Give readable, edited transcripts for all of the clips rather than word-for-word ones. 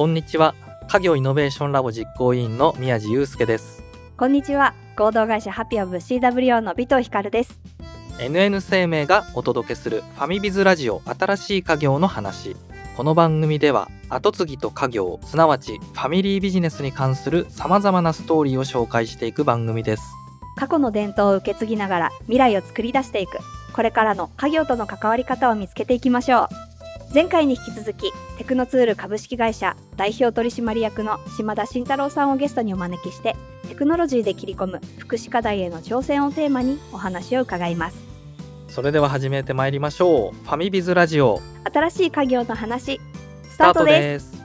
こんにちは。家業イノベーションラボ実行委員の宮地祐介です。 こんにちは。合同会社ハピオブ CWO の尾藤光です。 NN 生命がお届けするファミビズラジオ新しい家業の話。この番組では後継ぎと家業、すなわちファミリービジネスに関する様々なストーリーを紹介していく番組です。 過去の伝統を受け継ぎながら未来を作り出していく、これからの家業との関わり方を見つけていきましょう。前回に引き続きテクノツール株式会社代表取締役の島田慎太郎さんをゲストにお招きして、テクノロジーで切り込む福祉課題への挑戦をテーマにお話を伺います。 それでは始めてまいりましょう。ファミビズラジオ新しい家業の話ススタータートで。 トですす。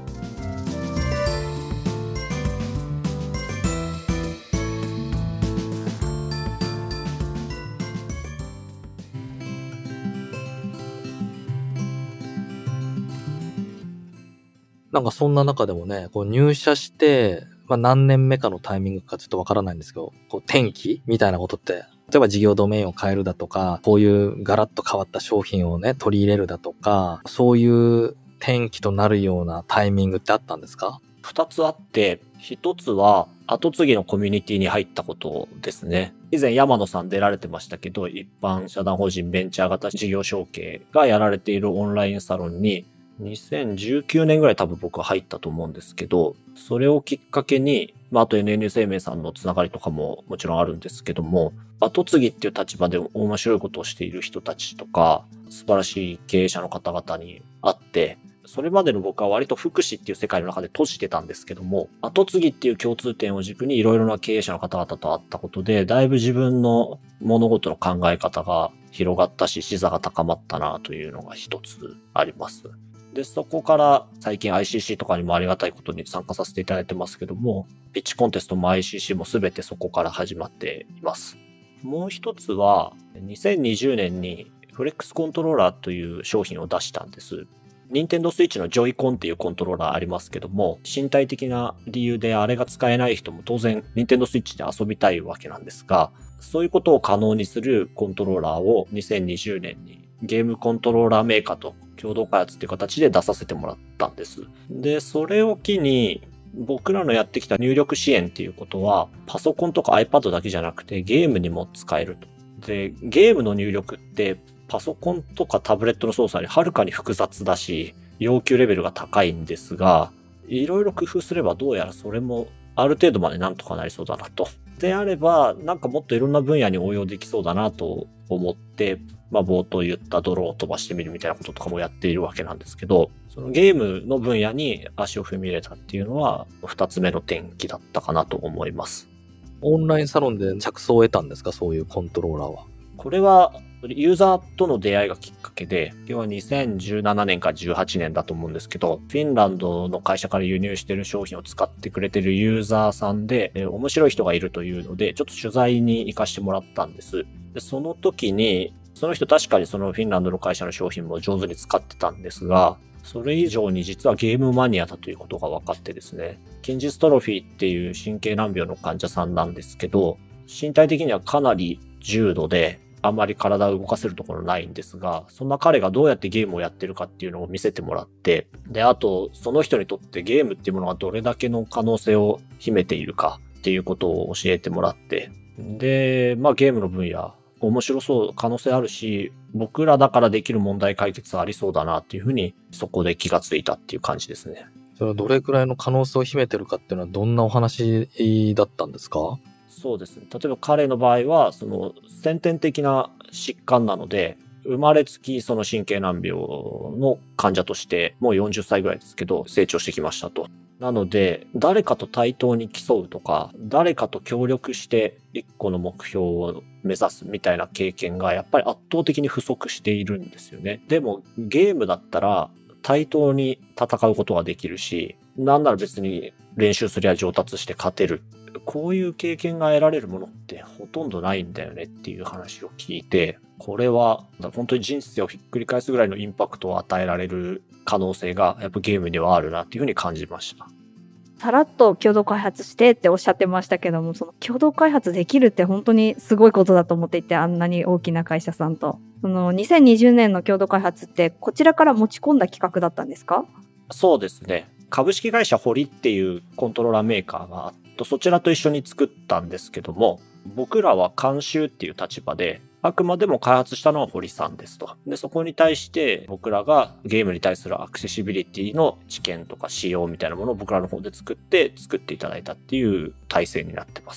なんかそんな中でもね、こう入社して、何年目かのタイミングかちょっとわからないんですけど、こう転機みたいなことって、例えば事業ドメインを変えるだとか、こういうガラッと変わった商品をね、取り入れるだとか、そういう転機となるようなタイミングってあったんですか 2つあって、1つは後継ぎのコミュニティに入ったことですね。以前山野さん出られてましたけど、一般社団法人ベンチャー型事業承継がやられているオンラインサロンに2019年ぐらい多分僕は入ったと思うんですけど、それをきっかけに、あと NN 生命さんのつながりとかももちろんあるんですけども、後継ぎっていう立場で面白いことをしている人たちとか、素晴らしい経営者の方々に会って、それまでの僕は割と福祉っていう世界の中で閉じてたんですけども、後継ぎっていう共通点を軸にいろいろな経営者の方々と会ったことで、だいぶ自分の物事の考え方が広がったし、視座が高まったなというのが一つあります。で、そこから最近 ICC とかにもありがたいことに参加させていただいてますけども、ピッチコンテストも ICC も全てそこから始まっています。もう一つは、2020年にフレックスコントローラーという商品を出したんです。任天堂スイッチのジョイコンっていうコントローラーありますけども、身体的な理由であれが使えない人も当然任天堂スイッチで遊びたいわけなんですが、そういうことを可能にするコントローラーを2020年にゲームコントローラーメーカーと共同開発っていう形で出させてもらったんです。で、それを機に僕らのやってきた入力支援っていうことはパソコンとか iPad だけじゃなくてゲームにも使えると。で、ゲームの入力ってパソコンとかタブレットの操作よりはるかに複雑だし、要求レベルが高いんですが、いろいろ工夫すればどうやらそれもある程度までなんとかなりそうだなと。であれば、なんかもっといろんな分野に応用できそうだなと思って、冒頭言ったドローンを飛ばしてみるみたいなこととかもやっているわけなんですけど、そのゲームの分野に足を踏み入れたっていうのは、二つ目の転機だったかなと思います。 オンラインサロンで着想を得たんですか、そういうコントローラーは。 これはユーザーとの出会いがきっかけで、要は2017年から18年だと思うんですけど、フィンランドの会社から輸入している商品を使ってくれているユーザーさんで、面白い人がいるというので、ちょっと取材に行かしてもらったんです。で、その時に、その人確かにそのフィンランドの会社の商品も上手に使ってたんですが、それ以上に実はゲームマニアだということが分かってですね、筋ジストロフィーっていう神経難病の患者さんなんですけど、身体的にはかなり重度で、あんまり体を動かせるところないんですが、そんな彼がどうやってゲームをやってるかっていうのを見せてもらって、で、あと、その人にとってゲームっていうものがどれだけの可能性を秘めているかっていうことを教えてもらって、で、ゲームの分野、面白そう、可能性あるし、僕らだからできる問題解決ありそうだなっていうふうに、そこで気がついたっていう感じですね。 それはどれくらいの可能性を秘めてるかっていうのはどんなお話だったんですか？ そうですね。例えば彼の場合は、その先天的な疾患なので、生まれつきその神経難病の患者として、もう40歳ぐらいですけど、成長してきましたと。なので、誰かと対等に競うとか、誰かと協力して一個の目標を目指すみたいな経験がやっぱり圧倒的に不足しているんですよね。でもゲームだったら対等に戦うことができるし、なんなら別に練習すりゃ上達して勝てる。こういう経験が得られるものってほとんどないんだよねっていう話を聞いて、これは本当に人生をひっくり返すぐらいのインパクトを与えられる可能性がやっぱゲームにはあるなっていうふうに感じました。 さらっと共同開発してっておっしゃってましたけども、その共同開発できるって本当にすごいことだと思っていて、あんなに大きな会社さんと。その2020年の共同開発ってこちらから持ち込んだ企画だったんですか？ そうですね。 株式会社堀っていうコントローラーメーカーがあって、そちらと一緒に作ったんですけども、僕らは監修っていう立場で、あくまでも開発したのは堀さんですと。で、そこに対して僕らがゲームに対するアクセシビリティの知見とか仕様みたいなものを僕らの方で作っていただいたっていう体制になってます。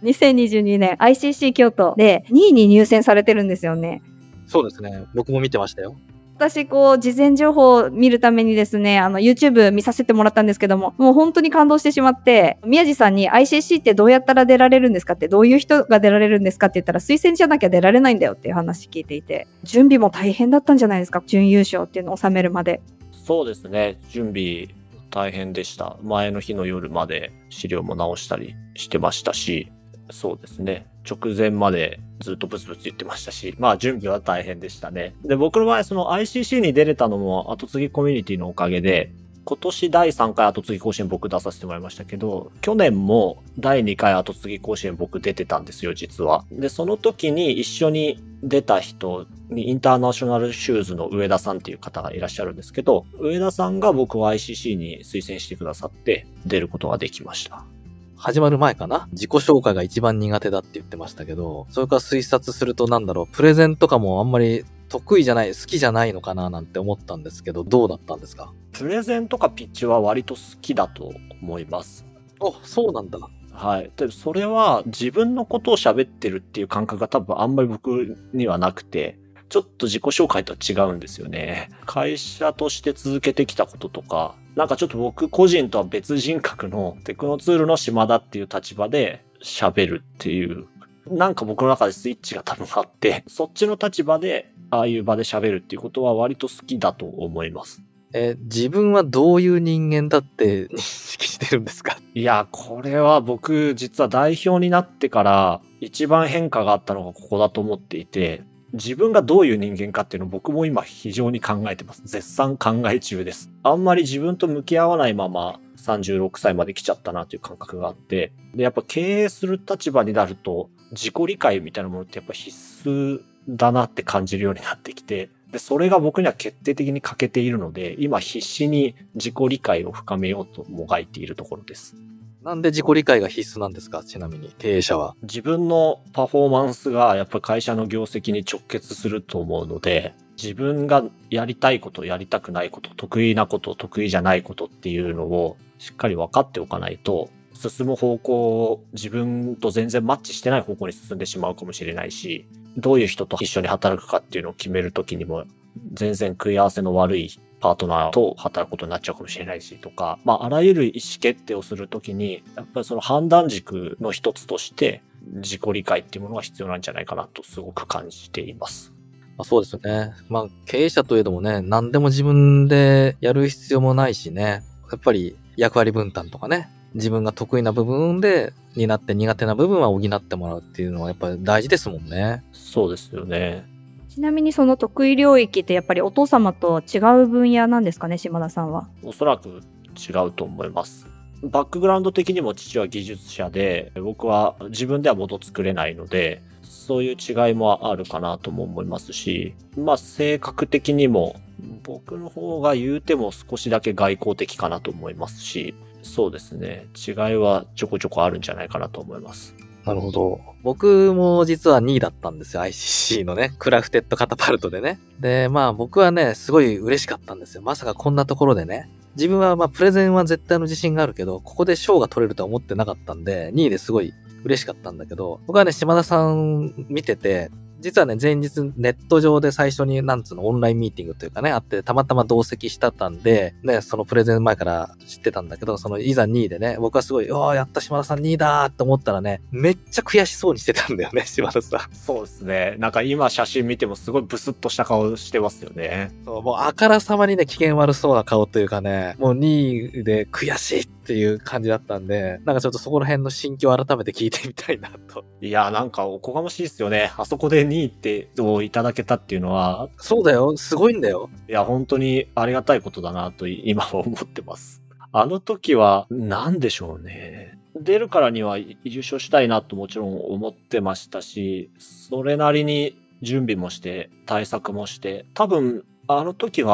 2022年 ICC 京都で2位に入選されてるんですよね。 そうですね。僕も見てましたよ。 私事前情報を見るためにですね、YouTube 見させてもらったんですけども、もう本当に感動してしまって、宮地さんに ICC ってどうやったら出られるんですかって、どういう人が出られるんですかって言ったら、推薦じゃなきゃ出られないんだよっていう話聞いていて、準備も大変だったんじゃないですか、準優勝っていうのを収めるまで。 そうですね。準備大変でした。前の日の夜まで資料も直したりしてましたし、そうですね。直前までずっとブツブツ言ってましたし、まあ準備は大変でしたね。で、僕の場合その ICC に出れたのも後継ぎコミュニティのおかげで、今年第3回後継ぎ甲子園僕出させてもらいましたけど、去年も第2回後継ぎ甲子園僕出てたんですよ、実は。で、その時に一緒に出た人にインターナショナルシューズの上田さんっていう方がいらっしゃるんですけど、上田さんが僕を ICC に推薦してくださって出ることができました。 始まる前かな、自己紹介が一番苦手だって言ってましたけど、それから推察するとプレゼンとかもあんまり得意じゃない、好きじゃないのかななんて思ったんですけど、どうだったんですか？ プレゼンとかピッチは割と好きだと思います。 そうなんだ。 はい。で、それは自分のことを喋ってるっていう感覚が多分あんまり僕にはなくて、ちょっと自己紹介とは違うんですよね。会社として続けてきたこととか、なんかちょっと僕個人とは別人格のテクノツールの島田っていう立場で喋るっていう、なんか僕の中でスイッチが多分あって、そっちの立場でああいう場で喋るっていうことは割と好きだと思います。 自分はどういう人間だって認識してるんですか？ いや、これは僕実は代表になってから一番変化があったのがここだと思っていて、自分がどういう人間かっていうのを僕も今非常に考えてます。絶賛考え中です。あんまり自分と向き合わないまま36歳まで来ちゃったなという感覚があって、で、やっぱ経営する立場になると自己理解みたいなものってやっぱ必須だなって感じるようになってきて、で、それが僕には決定的に欠けているので、今必死に自己理解を深めようともがいているところです。 なんで自己理解が必須なんですか？ちなみに経営者は。 自分のパフォーマンスがやっぱり会社の業績に直結すると思うので、自分がやりたいこと、やりたくないこと、得意なこと、得意じゃないことっていうのをしっかり分かっておかないと、進む方向を自分と全然マッチしてない方向に進んでしまうかもしれないし、どういう人と一緒に働くかっていうのを決めるときにも全然食い合わせの悪いパートナーと働くことになっちゃうかもしれないしとか、あらゆる意思決定をするときに、やっぱりその判断軸の一つとして自己理解っていうものが必要なんじゃないかなとすごく感じています。 そうですよね。経営者といえどもね、何でも自分でやる必要もないしね。やっぱり役割分担とかね、自分が得意な部分で担って苦手な部分は補ってもらうっていうのはやっぱり大事ですもんね。 そうですよね。 ちなみにその得意領域ってやっぱりお父様と違う分野なんですかね、島田さんは。 おそらく違うと思います。バックグラウンド的にも父は技術者で、僕は自分では元作れないので、そういう違いもあるかなとも思いますし、性格的にも僕の方が言うても少しだけ外交的かなと思いますし、そうですね、違いはちょこちょこあるんじゃないかなと思います。 なるほど。僕も実は2位だったんですよ。ICC のね、クラフテッドカタパルトでね。で、僕はね、すごい嬉しかったんですよ。まさかこんなところでね。自分はプレゼンは絶対の自信があるけど、ここで賞が取れるとは思ってなかったんで、2位ですごい嬉しかったんだけど、僕はね、島田さん見てて、実はね、前日ネット上で最初にオンラインミーティングというかね、あってたまたま同席したんで、ね、そのプレゼン前から知ってたんだけど、そのいざ2位でね、僕はすごい、やった島田さん2位だーって思ったらね、めっちゃ悔しそうにしてたんだよね、島田さん。 そうですね。なんか今写真見てもすごいブスッとした顔してますよね。 そう、もうあからさまにね、機嫌悪そうな顔というかね、もう2位で悔しいっていう感じだったんで、なんかちょっとそこら辺の心境を改めて聞いてみたいなと。 いや、なんかおこがましいですよね。あそこで2位ってをいただけたっていうのは。 そうだよ。すごいんだよ。 いや、本当にありがたいことだなと今は思ってます。あの時は、なんでしょうね。出るからには優勝したいなともちろん思ってましたし、それなりに準備もして、対策もして、多分、あの時は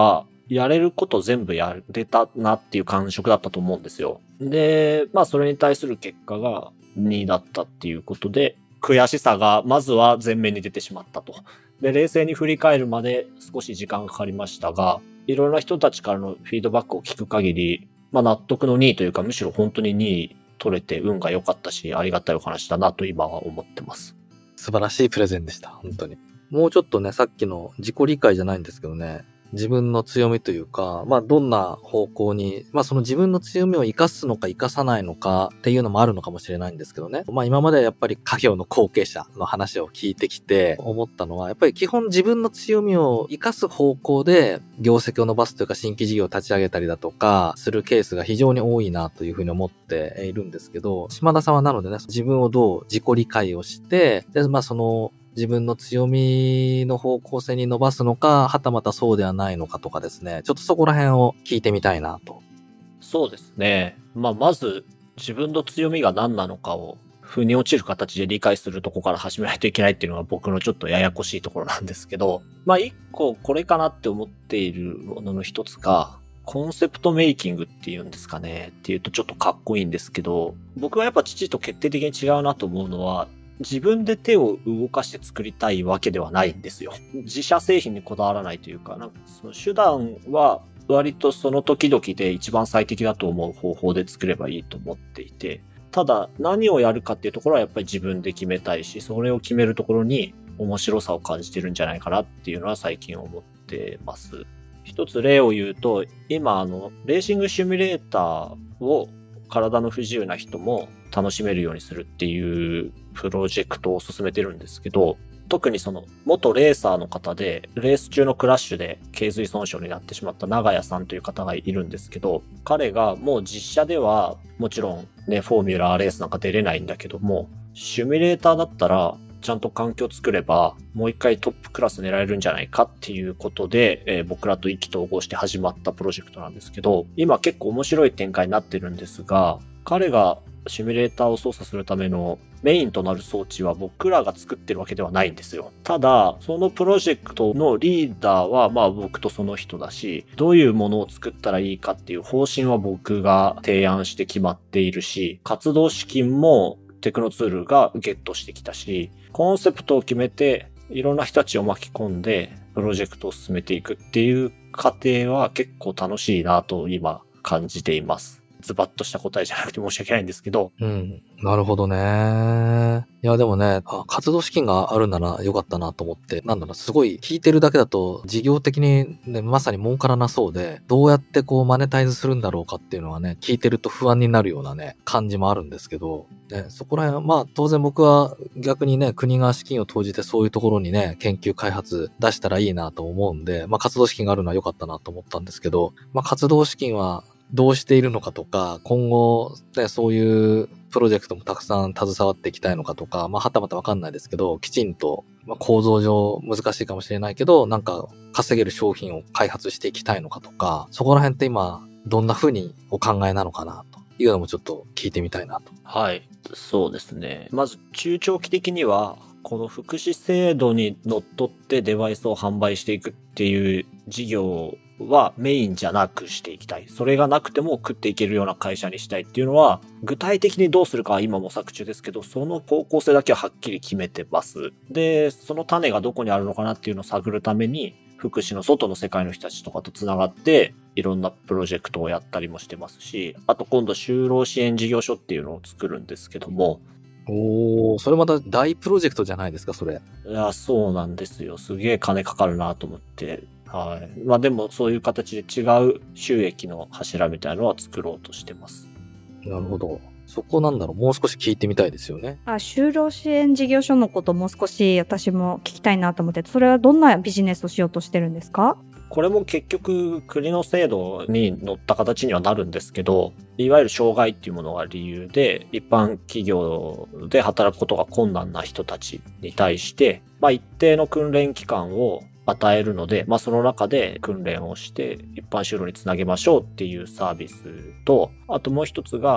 やれること全部やれたなっていう感触だったと思うんですよ。で、それに対する結果が2だったっていうことで、悔しさがまずは前面に出てしまったと。で、冷静に振り返るまで少し時間がかかりましたが、いろんな人たちからのフィードバックを聞く限り、納得の2位というか、むしろ本当に2位取れて運が良かったし、ありがたいお話だなと今は思ってます。 素晴らしいプレゼンでした。本当に。もうちょっとね、さっきの自己理解じゃないんですけどね、自分の強みというか、どんな方向に、その自分の強みを活かすのか活かさないのかっていうのもあるのかもしれないんですけどね。今までやっぱり家業の後継者の話を聞いてきて思ったのは、やっぱり基本自分の強みを活かす方向で業績を伸ばすというか新規事業を立ち上げたりだとかするケースが非常に多いなというふうに思っているんですけど、島田さんはなのでね、自分をどう自己理解をして、で、その自分の強みの方向性に伸ばすのか、はたまたそうではないのかとかですね、ちょっとそこら辺を聞いてみたいなと。 そうですね。まず自分の強みが何なのかを腑に落ちる形で理解するとこから始めないといけないっていうのが僕のちょっとややこしいところなんですけど、一個これかなって思っているものの一つが、コンセプトメイキングっていうんですかね。っていうとちょっとかっこいいんですけど、僕はやっぱ父と決定的に違うなと思うのは、自分で手を動かして作りたいわけではないんですよ。自社製品にこだわらないというか、その手段は割とその時々で一番最適だと思う方法で作ればいいと思っていて、ただ何をやるかっていうところはやっぱり自分で決めたいし、それを決めるところに面白さを感じてるんじゃないかなっていうのは最近思ってます。一つ例を言うと、今レーシングシミュレーターを体の不自由な人も楽しめるようにするっていうプロジェクトを進めてるんですけど、特にその元レーサーの方でレース中のクラッシュで頸髄損傷になってしまった長谷さんという方がいるんですけど、彼がもう実車ではもちろんね、フォーミュラーレースなんか出れないんだけども、シミュレーターだったらちゃんと環境作ればもう一回トップクラス狙えるんじゃないかっていうことで、僕らと意気投合して始まったプロジェクトなんですけど、今結構面白い展開になってるんですが、彼がシミュレーターを操作するためのメインとなる装置は僕らが作ってるわけではないんですよ。ただ、そのプロジェクトのリーダーは僕とその人だし、どういうものを作ったらいいかっていう方針は僕が提案して決まっているし、活動資金もテクノツールがゲットしてきたし、コンセプトを決めていろんな人たちを巻き込んでプロジェクトを進めていくっていう過程は結構楽しいなと今感じています。ズバッとした答えじゃなくて申し訳ないんですけど。 なるほどね。いやでもね、活動資金があるならよかったなと思って、すごい聞いてるだけだと事業的にね、まさに儲からなそうで、どうやってマネタイズするんだろうかっていうのはね、聞いてると不安になるようなね、感じもあるんですけど、ね、そこら辺は当然僕は逆にね、国が資金を投じてそういうところにね、研究開発出したらいいなと思うんで、活動資金があるのは良かったなと思ったんですけど、活動資金はどうしているのかとか、今後、ね、そういうプロジェクトもたくさん携わっていきたいのかとか、はたまたわかんないですけど、きちんと、構造上難しいかもしれないけど、稼げる商品を開発していきたいのかとか、そこら辺って今、どんな風にお考えなのかなというのもちょっと聞いてみたいなと。 はい。そうですね。まず中長期的には、この福祉制度にのっとってデバイスを販売していくっていう事業はメインじゃなくしていきたい。それがなくても食っていけるような会社にしたいっていうのは、具体的にどうするかは今模索中ですけど、その方向性だけははっきり決めてます。で、その種がどこにあるのかなっていうのを探るために、福祉の外の世界の人たちとかとつながって、いろんなプロジェクトをやったりもしてますし、あと今度就労支援事業所っていうのを作るんですけども、 それまた大プロジェクトじゃないですか、それ。 いや、そうなんですよ。すげえ金かかるなと思って。はい。でもそういう形で違う収益の柱みたいなのは作ろうとしてます。 なるほど。そこもう少し聞いてみたいですよね。 就労支援事業所のこともう少し私も聞きたいなと思って、それはどんなビジネスをしようとしてるんですか？ これも結局国の制度に乗った形にはなるんですけど、いわゆる障害っていうものが理由で一般企業で働くことが困難な人たちに対して、一定の訓練期間を与えるので、その中で訓練をして一般就労につなげましょうっていうサービスと、あともう一つが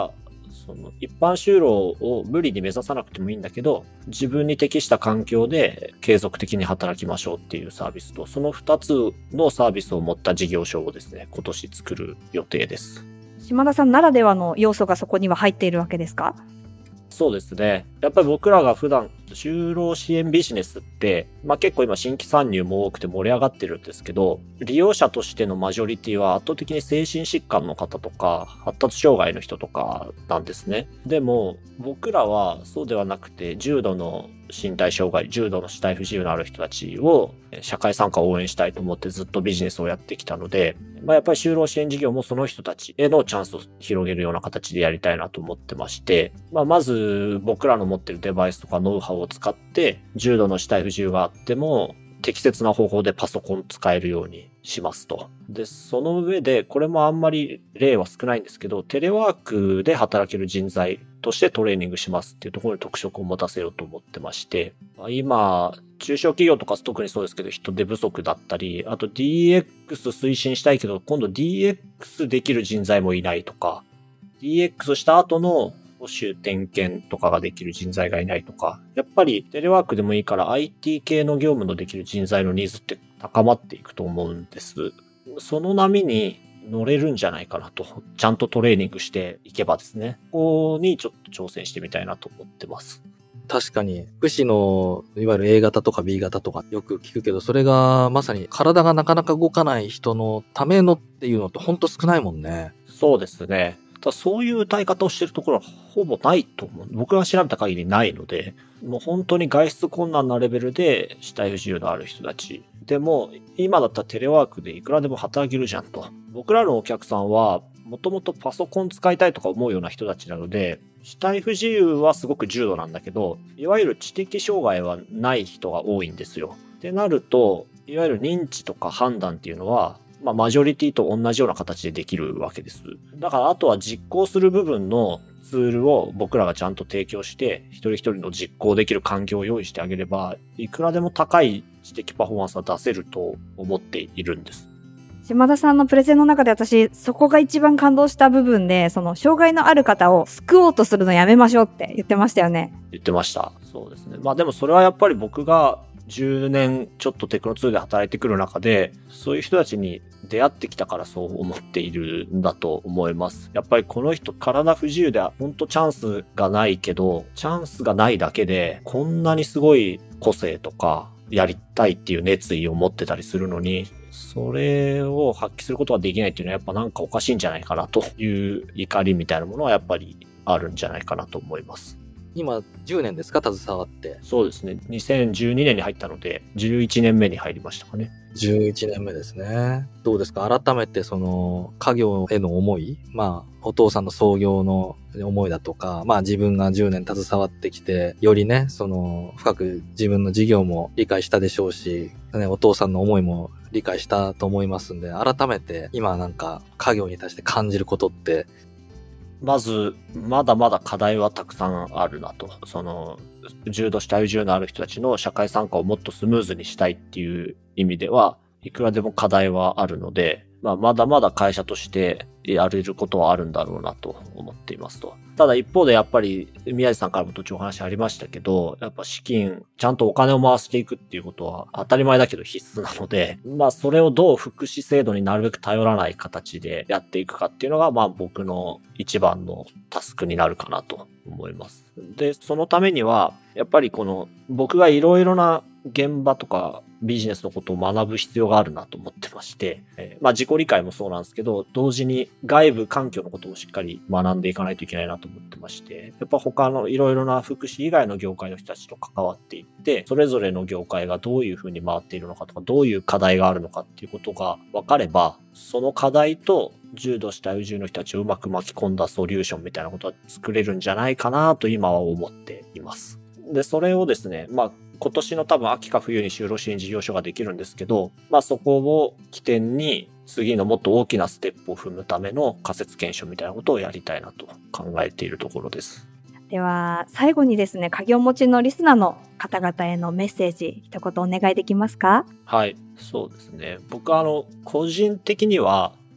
その一般就労を無理に目指さなくてもいいんだけど、自分に適した環境で継続的に働きましょうっていうサービスと、その2つのサービスを持った事業所をですね、今年作る予定です。 島田さんならではの要素がそこには入っているわけですか？ そうですね。やっぱり僕らが普段就労支援ビジネスって、結構今新規参入も多くて盛り上がってるんですけど、利用者としてのマジョリティは圧倒的に精神疾患の方とか発達障害の人とかなんですね。でも僕らはそうではなくて、重度の身体障害、重度の肢体不自由のある人たちを社会参加を応援したいと思ってずっとビジネスをやってきたので、やっぱり就労支援事業もその人たちへのチャンスを広げるような形でやりたいなと思ってまして、まず僕らの持ってるデバイスとかノウハウを使って重度の肢体不自由があっても適切な方法でパソコン使えるようにしますと。で、その上で、これもあんまり例は少ないんですけど、テレワークで働ける人材としてトレーニングしますっていうところに特色を持たせようと思ってまして、今、中小企業とか特にそうですけど、人手不足だったり、あと DX 推進したいけど、今度 DX できる人材もいないとか、DX した後の保守点検とかができる人材がいないとか、やっぱりテレワークでもいいから IT 系の業務のできる人材のニーズって高まっていくと思うんです。その波に乗れるんじゃないかなと、ちゃんとトレーニングしていけばですね、ここにちょっと挑戦してみたいなと思ってます。 確かに、福祉の、いわゆる A 型とか B 型とかよく聞くけど、それがまさに体がなかなか動かない人のためのっていうのってほんと少ないもんね。 そうですね。そういう歌い方をしてるところはほぼないと思う。僕が調べた限りないので、もう本当に外出困難なレベルで肢体不自由のある人たち。でも、今だったらテレワークでいくらでも働けるじゃんと。僕らのお客さんは、もともとパソコン使いたいとか思うような人たちなので、肢体不自由はすごく重度なんだけど、いわゆる知的障害はない人が多いんですよ。ってなると、いわゆる認知とか判断っていうのは、マジョリティと同じような形でできるわけです。だからあとは実行する部分のツールを僕らがちゃんと提供して、一人一人の実行できる環境を用意してあげれば、いくらでも高い知的パフォーマンスは出せると思っているんです。 島田さんのプレゼンの中で私、そこが一番感動した部分で、その障害のある方を救おうとするのやめましょうって言ってましたよね。 言ってました。そうですね。でもそれはやっぱり僕が10年ちょっとテクノ2で働いてくる中で、そういう人たちに出会ってきたからそう思っているんだと思います。やっぱりこの人体不自由で本当チャンスがないけど、チャンスがないだけで、こんなにすごい個性とか、やりたいっていう熱意を持ってたりするのに、それを発揮することができないっていうのはやっぱなんかおかしいんじゃないかなという怒りみたいなものはやっぱりあるんじゃないかなと思います。 今10年ですか、携わって。 そうですね。2012年に入ったので、11年目に入りましたかね。 11年目ですね。どうですか、改めてその家業への思い、お父さんの創業の思いだとか、自分が10年携わってきて、よりね、その深く自分の事業も理解したでしょうし、お父さんの思いも理解したと思いますんで、改めて今なんか家業に対して感じることって、 まず、まだまだ課題はたくさんあるなと。その、重度肢体不自由のある人たちの社会参加をもっとスムーズにしたいっていう意味では、いくらでも課題はあるので、まだまだ会社としてやれることはあるんだろうなと思っていますと。ただ一方でやっぱり宮地さんからも途中お話ありましたけど、やっぱ資金、ちゃんとお金を回していくっていうことは当たり前だけど必須なので、それをどう福祉制度になるべく頼らない形でやっていくかっていうのが僕の一番のタスクになるかなと思います。で、そのためにはやっぱりこの僕がいろいろな現場とかビジネスのことを学ぶ必要があるなと思ってまして、自己理解もそうなんですけど、同時に外部環境のこともしっかり学んでいかないといけないなと思ってまして、やっぱ他のいろいろな福祉以外の業界の人たちと関わっていって、それぞれの業界がどういうふうに回っているのかとか、どういう課題があるのかっていうことが分かれば、その課題と重度肢体不自由の人たちをうまく巻き込んだソリューションみたいなことは作れるんじゃないかなと今は思っています。で、それをですね、今年の多分秋か冬に就労支援事業所ができるんですけど、そこを起点に次のもっと大きなステップを踏むための仮説検証みたいなことをやりたいなと考えているところです。 では最後にですね、家業持ちのリスナーの方々へのメッセージ一言お願いできますか？ はい、そうですね。僕は個人的には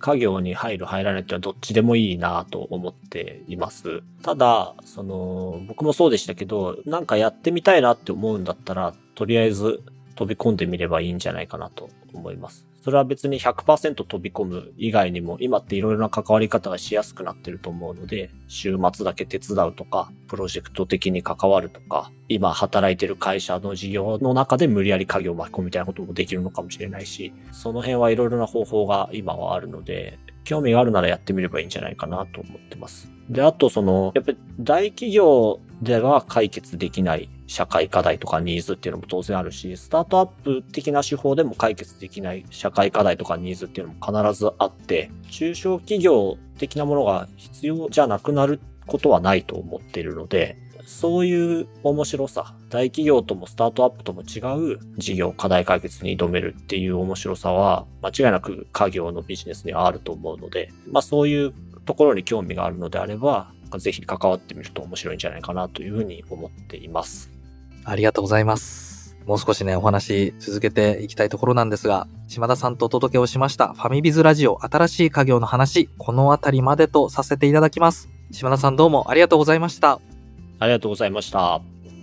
家業に入る入らないっていうのはどっちでもいいなと思っています。ただ、僕もそうでしたけど、なんかやってみたいなって思うんだったら、とりあえず飛び込んでみればいいんじゃないかなと思います。それは別に 100% 飛び込む以外にも、今っていろいろな関わり方がしやすくなってると思うので、週末だけ手伝うとか、プロジェクト的に関わるとか、今働いてる会社の事業の中で無理やり家業を巻き込むみたいなこともできるのかもしれないし、その辺はいろいろな方法が今はあるので、興味があるならやってみればいいんじゃないかなと思ってます。で、あとやっぱり大企業では解決できない社会課題とかニーズっていうのも当然あるし、スタートアップ的な手法でも解決できない社会課題とかニーズっていうのも必ずあって、中小企業的なものが必要じゃなくなることはないと思っているので、そういう面白さ、大企業ともスタートアップとも違う事業課題解決に挑めるっていう面白さは間違いなく家業のビジネスにはあると思うので、そういうところに興味があるのであれば、ぜひ関わってみると面白いんじゃないかなというふうに思っています。 ありがとうございます。もう少しね、お話続けていきたいところなんですが、島田さんとお届けをしましたファミビズラジオ新しい家業の話、このあたりまでとさせていただきます。島田さんどうもありがとうございました。 ありがとうございました。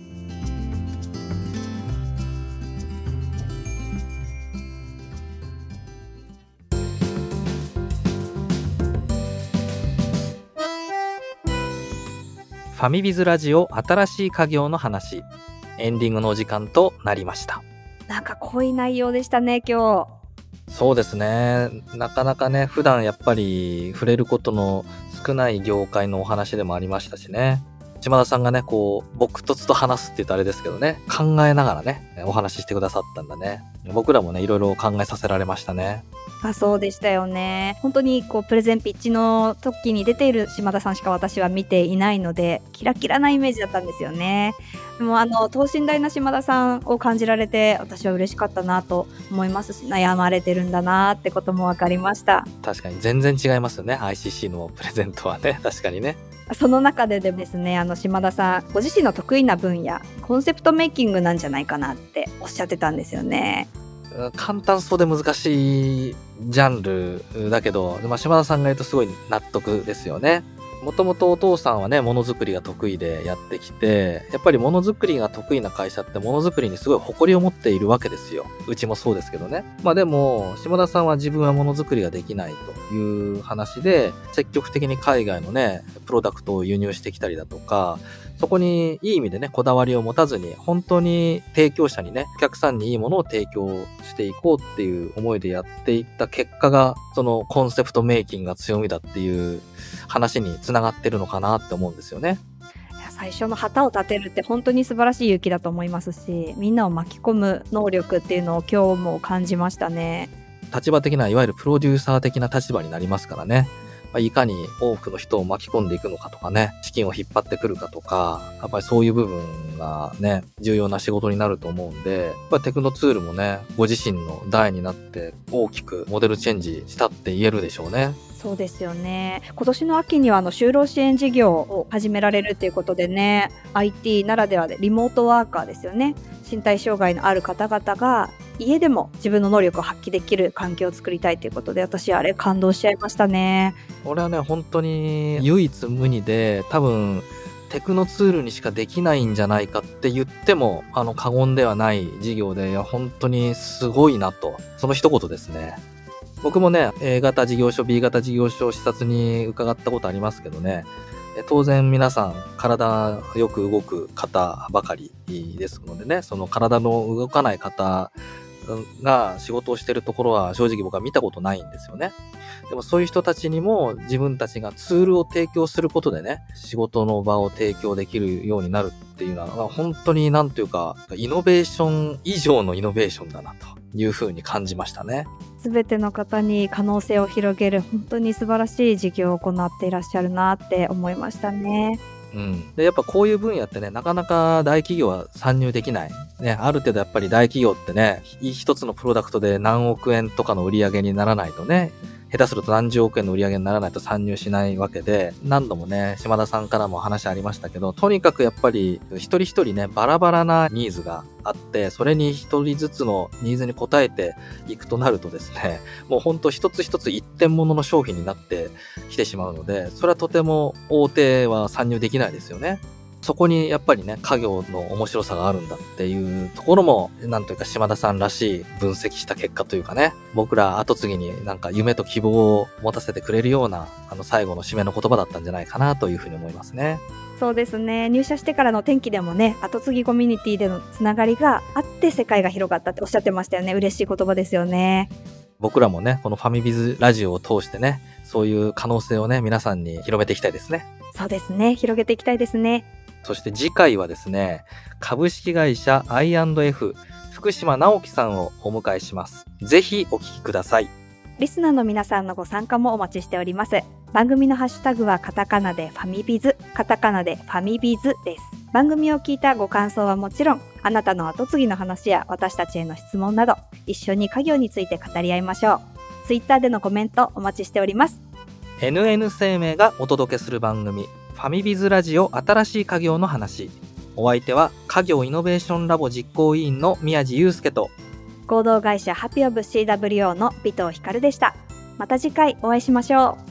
ファミビズラジオ新しい家業の話、エンディングのお時間となりました。 なんか濃い内容でしたね、今日。 そうですね。なかなかね、普段やっぱり触れることの少ない業界のお話でもありましたしね。島田さんがね、こう、朴訥と話すって言うとあれですけどね、考えながらね、お話ししてくださったんだね。僕らもね、いろいろ考えさせられましたね。 そうでしたよね。本当にプレゼンピッチの時に出ている島田さんしか私は見ていないので、キラキラなイメージだったんですよね。でも等身大な島田さんを感じられて、私は嬉しかったなと思いますし、悩まれてるんだなってことも分かりました。 確かに全然違いますよね、 ICC のプレゼントはね。確かにね。 その中でですね、島田さんご自身の得意な分野、コンセプトメイキングなんじゃないかなっておっしゃってたんですよね。 簡単そうで難しいジャンルだけど、島田さんが言うとすごい納得ですよね。もともとお父さんはね、ものづくりが得意でやってきて、やっぱりものづくりが得意な会社ってものづくりにすごい誇りを持っているわけですよ。うちもそうですけどね。でも、島田さんは自分はものづくりができないという話で、積極的に海外のね、プロダクトを輸入してきたりだとか、そこにいい意味でね、こだわりを持たずに、本当に提供者にね、お客さんにいいものを提供していこうっていう思いでやっていった結果が、そのコンセプトメイキングが強みだっていう話につながってるのかなって思うんですよね。 最初の旗を立てるって本当に素晴らしい勇気だと思いますし、みんなを巻き込む能力っていうのを今日も感じましたね。 立場的ないわゆるプロデューサー的な立場になりますからね。いかに多くの人を巻き込んでいくのかとかね、資金を引っ張ってくるかとか、やっぱりそういう部分がね、重要な仕事になると思うんで、テクノツールもね、ご自身の代になって大きくモデルチェンジしたって言えるでしょうね。 そうですよね。今年の秋には就労支援事業を始められるということでね、 IT ならではでリモートワーカーですよね。身体障害のある方々が家でも自分の能力を発揮できる環境を作りたいということで、私あれ感動しちゃいましたね。 俺はね、本当に唯一無二で、多分テクノツールにしかできないんじゃないかって言っても過言ではない事業で、本当にすごいなと、その一言ですね。僕もね、A 型事業所 B 型事業所を視察に伺ったことありますけどね、当然皆さん体よく動く方ばかりですのでね、その体の動かない方が仕事をしているところは正直僕は見たことないんですよね。でもそういう人たちにも自分たちがツールを提供することでね、仕事の場を提供できるようになるっていうのは本当になんというかイノベーション以上のイノベーションだなというふうに感じましたね。 すべての方に可能性を広げる本当に素晴らしい事業を行っていらっしゃるなって思いましたね。 でやっぱこういう分野ってね、なかなか大企業は参入できない。ね、ある程度やっぱり大企業ってね、一つのプロダクトで何億円とかの売り上げにならないとね、 下手すると何十億円の売り上げにならないと参入しないわけで、何度もね、島田さんからも話ありましたけど、とにかくやっぱり一人一人ね、バラバラなニーズがあって、それに一人ずつのニーズに応えていくとなるとですね、もうほんと一つ一つ一点物の商品になってきてしまうので、それはとても大手は参入できないですよね。そこにやっぱりね、家業の面白さがあるんだっていうところも、なんというか島田さんらしい分析した結果というかね、僕ら後継ぎになんか夢と希望を持たせてくれるような、最後の締めの言葉だったんじゃないかなというふうに思いますね。 そうですね。入社してからの転機でもね、後継ぎコミュニティでのつながりがあって世界が広がったっておっしゃってましたよね。嬉しい言葉ですよね。 僕らもね、このファミビズラジオを通してね、そういう可能性をね、皆さんに広めていきたいですね。 そうですね。広げていきたいですね。 そして次回はですね、株式会社 I&F 福島直樹さんをお迎えします。ぜひお聞きください。 リスナーの皆さんのご参加もお待ちしております。番組のハッシュタグはカタカナでファミビズ、カタカナでファミビズです。番組を聞いたご感想はもちろん、あなたの後継ぎの話や私たちへの質問など、一緒に家業について語り合いましょう。ツイッターでのコメントお待ちしております。 NN 生命がお届けする番組、ファミビズラジオ新しい家業の話。お相手は家業イノベーションラボ実行委員の宮地祐介と、 合同会社ハピオブ CWO の尾藤光でした。また次回お会いしましょう。